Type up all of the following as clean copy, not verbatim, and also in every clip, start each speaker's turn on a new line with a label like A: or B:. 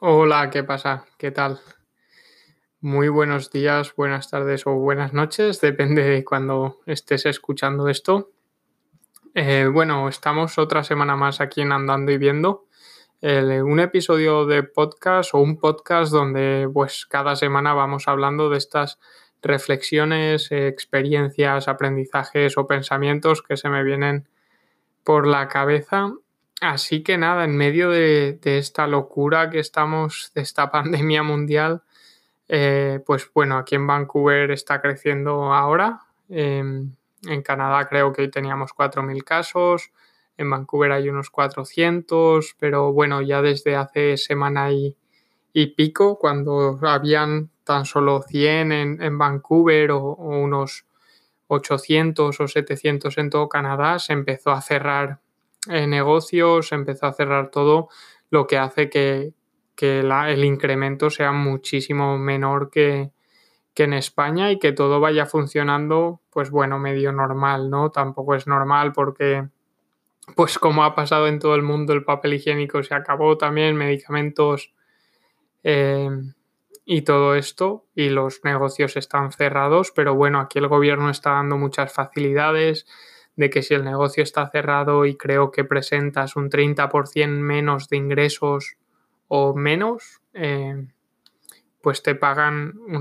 A: Hola, ¿qué pasa? ¿Qué tal? Muy buenos días, buenas tardes o buenas noches, depende de cuando estés escuchando esto. Bueno, estamos otra semana más aquí en Andando y Viendo, un episodio de podcast o un podcast donde pues cada semana vamos hablando de estas reflexiones, experiencias, aprendizajes o pensamientos que se me vienen por la cabeza. Así que nada, en medio de esta locura que estamos, de esta pandemia mundial, pues bueno, aquí en Vancouver está creciendo ahora. En Canadá creo que hoy teníamos 4.000 casos, en Vancouver hay unos 400, pero bueno, ya desde hace semana y pico, cuando habían tan solo 100 en Vancouver o unos 800 o 700 en todo Canadá, se empezó a cerrar negocios, se empezó a cerrar todo, lo que hace que el incremento sea muchísimo menor que en España y que todo vaya funcionando, pues bueno, medio normal, ¿no? Tampoco es normal porque, pues como ha pasado en todo el mundo, el papel higiénico se acabó también, medicamentos eh, y todo esto, y los negocios están cerrados, pero bueno, aquí el gobierno está dando muchas facilidades de que si el negocio está cerrado y creo que presentas un 30% menos de ingresos o menos, pues te pagan un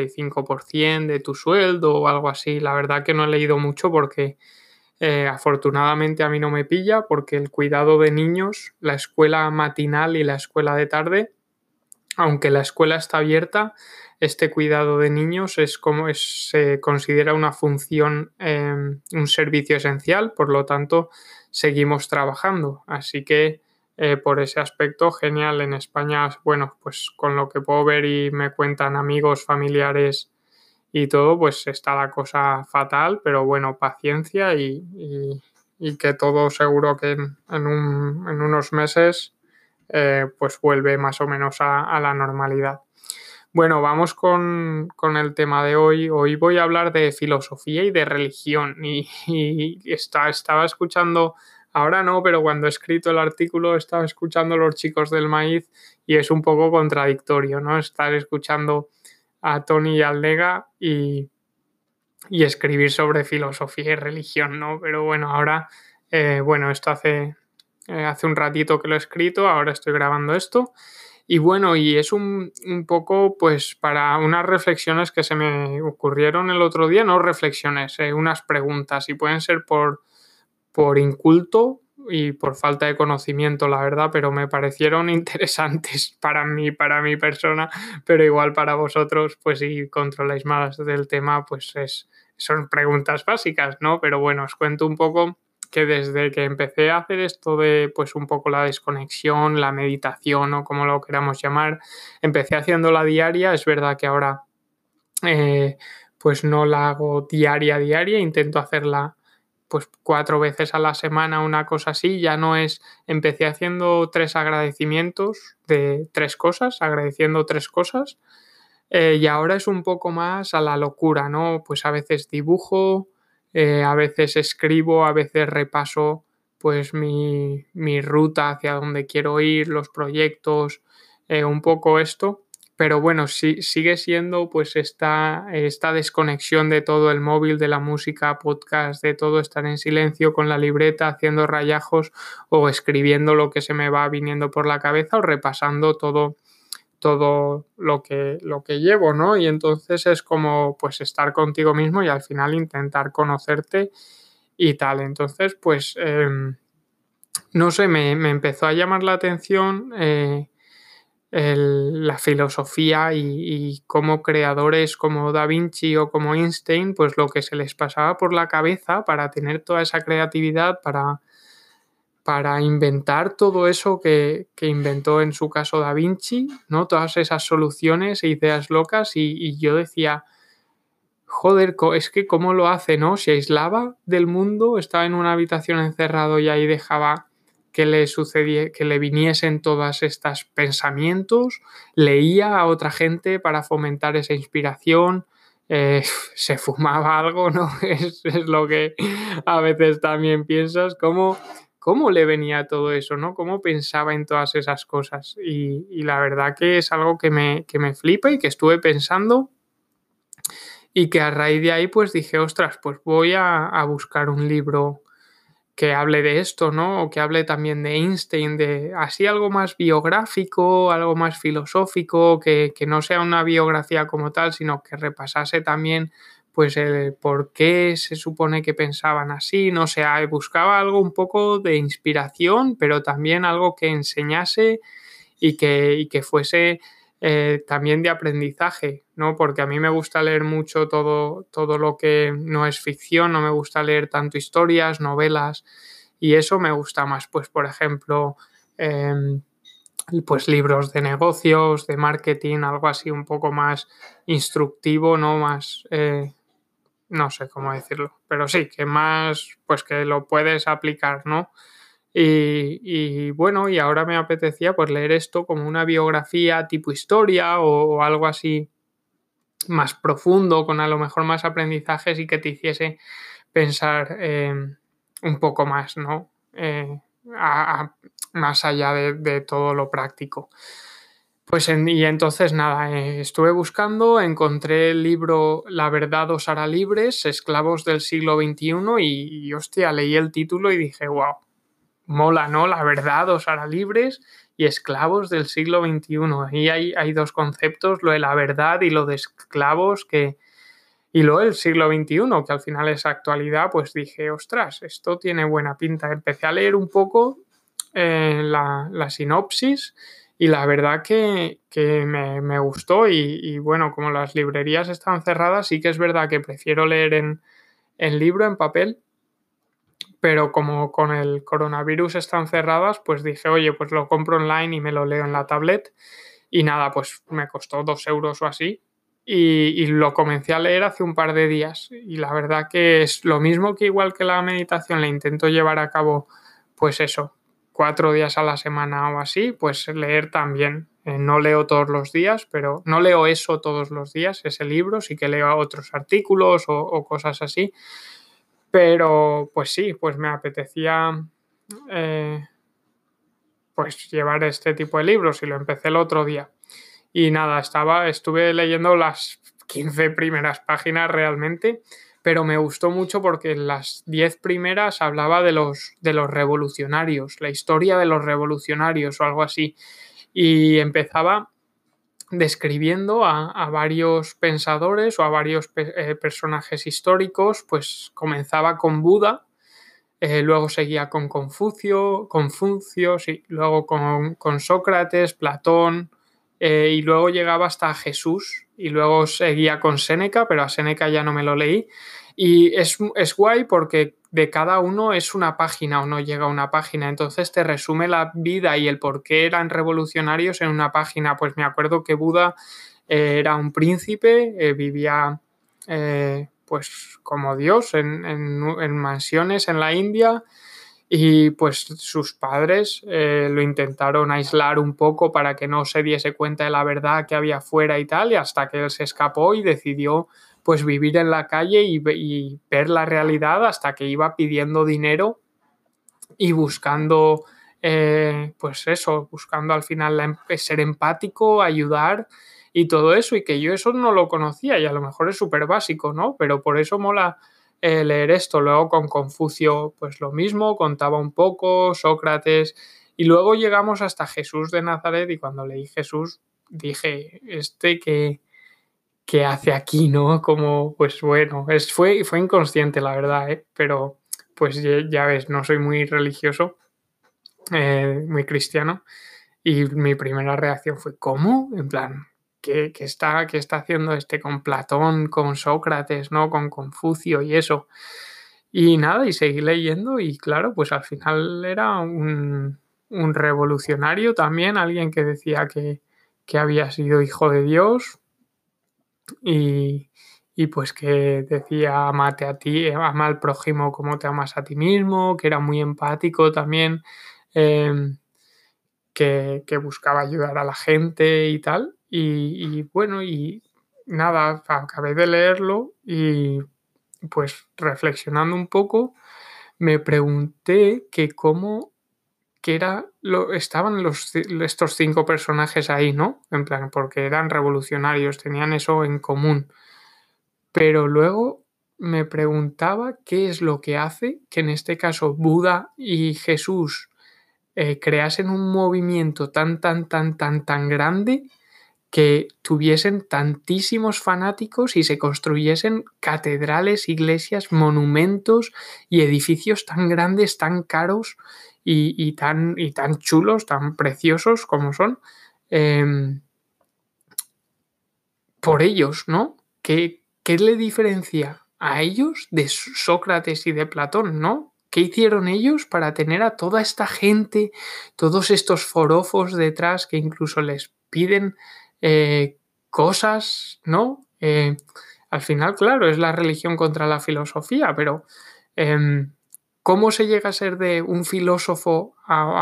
A: 75% de tu sueldo o algo así. La verdad que no he leído mucho porque afortunadamente a mí no me pilla porque el cuidado de niños, la escuela matinal y la escuela de tarde, aunque la escuela está abierta, este cuidado de niños se considera una función, un servicio esencial, por lo tanto, seguimos trabajando. Así que por ese aspecto, genial. En España, bueno, pues con lo que puedo ver y me cuentan amigos, familiares y todo, pues está la cosa fatal, pero bueno, paciencia y que todo seguro que en unos meses pues vuelve más o menos a la normalidad. Bueno, vamos con el tema de hoy. Hoy voy a hablar de filosofía y de religión. Estaba escuchando, ahora no, pero cuando he escrito el artículo estaba escuchando Los Chicos del Maíz y es un poco contradictorio, ¿no? Estar escuchando a Tony y al Lega y escribir sobre filosofía y religión, ¿no? Pero bueno, ahora, bueno, esto hace un ratito que lo he escrito, ahora estoy grabando esto. Y bueno, y es un poco pues para unas reflexiones que se me ocurrieron el otro día, no reflexiones, unas preguntas y pueden ser por inculto y por falta de conocimiento, la verdad, pero me parecieron interesantes para mi persona, pero igual para vosotros, pues si controláis más del tema, pues son preguntas básicas, ¿no? Pero bueno, os cuento un poco que desde que empecé a hacer esto de pues un poco la desconexión, la meditación o como lo queramos llamar, empecé haciéndola diaria, es verdad que ahora eh, pues no la hago diaria, intento hacerla pues 4 veces a la semana, una cosa así, ya no es, empecé haciendo 3 agradecimientos de 3 cosas, agradeciendo 3 cosas, y ahora es un poco más a la locura, ¿no? Pues a veces dibujo, a veces escribo, a veces repaso pues mi ruta hacia donde quiero ir, los proyectos, un poco esto. Pero bueno, sí, sigue siendo pues esta desconexión de todo el móvil, de la música, podcast, de todo, estar en silencio con la libreta, haciendo rayajos o escribiendo lo que se me va viniendo por la cabeza o repasando todo lo que llevo, ¿no? Y entonces es como pues estar contigo mismo y al final intentar conocerte y tal. Entonces, pues, no sé, me empezó a llamar la atención la filosofía y cómo creadores como Da Vinci o como Einstein, pues lo que se les pasaba por la cabeza para tener toda esa creatividad, para inventar todo eso que inventó en su caso Da Vinci, ¿no? Todas esas soluciones e ideas locas y yo decía, joder, es que cómo lo hace, ¿no? Se aislaba del mundo, estaba en una habitación encerrado y ahí dejaba que le sucediera, que le viniesen todas estas pensamientos, leía a otra gente para fomentar esa inspiración, se fumaba algo, ¿no? Es lo que a veces también piensas, cómo cómo le venía todo eso, ¿no? Cómo pensaba en todas esas cosas. Y la verdad que es algo que me flipa y que estuve pensando y que a raíz de ahí pues dije, ostras, pues voy a buscar un libro que hable de esto, ¿no? O que hable también de Einstein, de así algo más biográfico, algo más filosófico, que no sea una biografía como tal, sino que repasase también pues el por qué se supone que pensaban así, no sé, buscaba algo un poco de inspiración, pero también algo que enseñase y que fuese también de aprendizaje, ¿no? Porque a mí me gusta leer mucho todo lo que no es ficción, no me gusta leer tanto historias, novelas, y eso me gusta más, pues, por ejemplo, em, pues libros de negocios, de marketing, algo así un poco más instructivo, ¿no? Más, no sé cómo decirlo, pero sí, que más, pues que lo puedes aplicar, ¿no? Y bueno, y ahora me apetecía pues leer esto como una biografía tipo historia o algo así más profundo, con a lo mejor más aprendizajes y que te hiciese pensar un poco más, ¿no? Más allá de todo lo práctico. Y entonces nada, estuve buscando, encontré el libro La verdad os hará libres, esclavos del siglo XXI y hostia, leí el título y dije, wow, mola, ¿no? La verdad os hará libres y esclavos del siglo XXI. Ahí hay dos conceptos, lo de la verdad y lo de esclavos, y luego el siglo XXI, que al final es actualidad, pues dije, ostras, esto tiene buena pinta. Empecé a leer un poco la sinopsis y la verdad que me gustó y bueno, como las librerías están cerradas, sí que es verdad que prefiero leer en libro, en papel, pero como con el coronavirus están cerradas, pues dije, oye, pues lo compro online y me lo leo en la tablet. Y nada, pues me costó 2 euros o así. Y lo comencé a leer hace un par de días. Y la verdad que es lo mismo que igual que la meditación, la intento llevar a cabo, pues eso, 4 días a la semana o así, pues leer también. No leo todos los días, pero no leo eso todos los días, ese libro, sí que leo otros artículos o cosas así, pero pues sí, pues me apetecía eh, pues llevar este tipo de libros y lo empecé el otro día. Y nada, estuve leyendo las 15 primeras páginas realmente, pero me gustó mucho porque en las 10 primeras hablaba de los revolucionarios, la historia de los revolucionarios o algo así. Y empezaba describiendo a varios pensadores o a varios personajes históricos, pues comenzaba con Buda, luego seguía con Confucio, sí, luego con Sócrates, Platón, y luego llegaba hasta Jesús, y luego seguía con Séneca, pero a Séneca ya no me lo leí. Y es guay porque de cada uno es una página o no llega a una página, entonces te resume la vida y el por qué eran revolucionarios en una página. Pues me acuerdo que Buda era un príncipe, vivía pues como Dios en mansiones en la India y pues sus padres lo intentaron aislar un poco para que no se diese cuenta de la verdad que había fuera y tal, y hasta que él se escapó y decidió pues vivir en la calle y ver la realidad hasta que iba pidiendo dinero y buscando, pues eso, buscando al final ser empático, ayudar y todo eso, y que yo eso no lo conocía y a lo mejor es súper básico, ¿no? Pero por eso mola leer esto. Luego con Confucio, pues lo mismo, contaba un poco, Sócrates, y luego llegamos hasta Jesús de Nazaret y cuando leí Jesús dije, ¿qué hace aquí, no? Como, pues bueno, fue inconsciente la verdad, ¿eh? Pero pues ya ves, no soy muy religioso, muy cristiano, y mi primera reacción fue, ¿cómo? En plan, qué está haciendo este con Platón, con Sócrates, ¿no? Con Confucio y eso. Y nada, y seguí leyendo y claro, pues al final era un revolucionario también, alguien que decía que había sido hijo de Dios y, y pues que decía, amate a ti, ama al prójimo como te amas a ti mismo, que era muy empático también. em, que buscaba ayudar a la gente y tal. Y bueno, y nada, acabé de leerlo y pues reflexionando un poco, me pregunté estaban estos 5 personajes ahí, ¿no? En plan, porque eran revolucionarios, tenían eso en común. Pero luego me preguntaba qué es lo que hace que en este caso Buda y Jesús creasen un movimiento tan grande que tuviesen tantísimos fanáticos y se construyesen catedrales, iglesias, monumentos y edificios tan grandes, tan caros y tan chulos, tan preciosos como son, em, por ellos, ¿no? ¿Qué le diferencia a ellos de Sócrates y de Platón, ¿no? ¿Qué hicieron ellos para tener a toda esta gente, todos estos forofos detrás que incluso les piden cosas, ¿no? Al final, claro, es la religión contra la filosofía, pero em, ¿cómo se llega a ser de un filósofo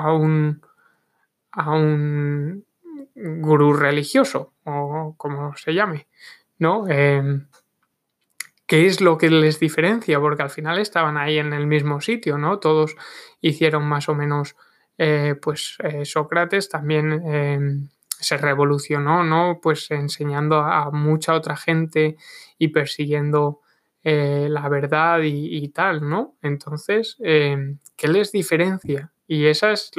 A: a un gurú religioso o como se llame, ¿no? ¿Qué es lo que les diferencia? Porque al final estaban ahí en el mismo sitio, ¿no? Todos hicieron más o menos, Sócrates también se revolucionó, ¿no? Pues enseñando a mucha otra gente y persiguiendo la verdad y tal, ¿no? Entonces, ¿qué les diferencia? Y esa es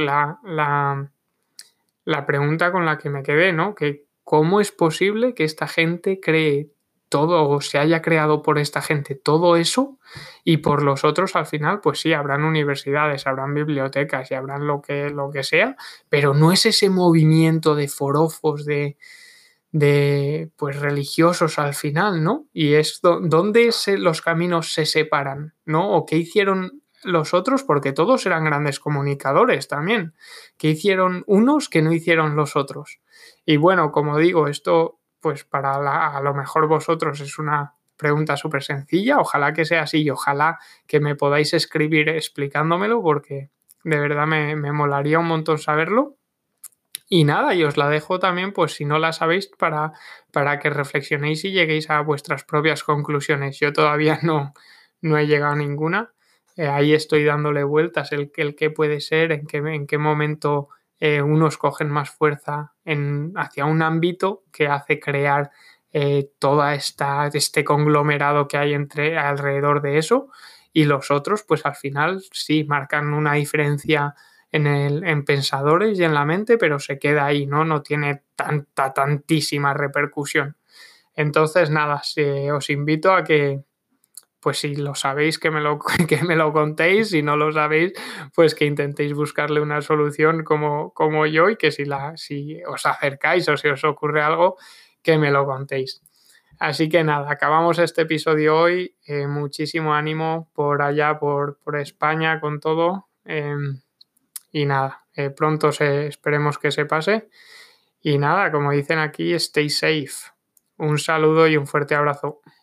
A: la pregunta con la que me quedé, ¿no? Que cómo es posible que esta gente cree todo o se haya creado por esta gente todo eso y por los otros al final, pues sí, habrán universidades, habrán bibliotecas y habrán lo que sea, pero no es ese movimiento de forofos, de pues religiosos al final, ¿no? Y es donde los caminos se separan, ¿no? O qué hicieron los otros, porque todos eran grandes comunicadores también. ¿Qué hicieron unos que no hicieron los otros? Y bueno, como digo, esto, pues a lo mejor vosotros es una pregunta súper sencilla, ojalá que sea así y ojalá que me podáis escribir explicándomelo, porque de verdad me molaría un montón saberlo. Y nada, y os la dejo también, pues si no la sabéis, para que reflexionéis y lleguéis a vuestras propias conclusiones. Yo todavía no he llegado a ninguna. Ahí estoy dándole vueltas el qué puede ser, en qué momento unos cogen más fuerza hacia un ámbito que hace crear toda este conglomerado que hay alrededor de eso. Y los otros, pues al final sí marcan una diferencia en pensadores y en la mente, pero se queda ahí, ¿no? No tiene tantísima repercusión. Entonces, nada, os invito a que, pues si lo sabéis, que me lo contéis, si no lo sabéis, pues que intentéis buscarle una solución como yo y que si os acercáis o si os ocurre algo, que me lo contéis. Así que nada, acabamos este episodio hoy. Muchísimo ánimo por allá, por España con todo. Y nada, pronto esperemos que se pase. Y nada, como dicen aquí, stay safe. Un saludo y un fuerte abrazo.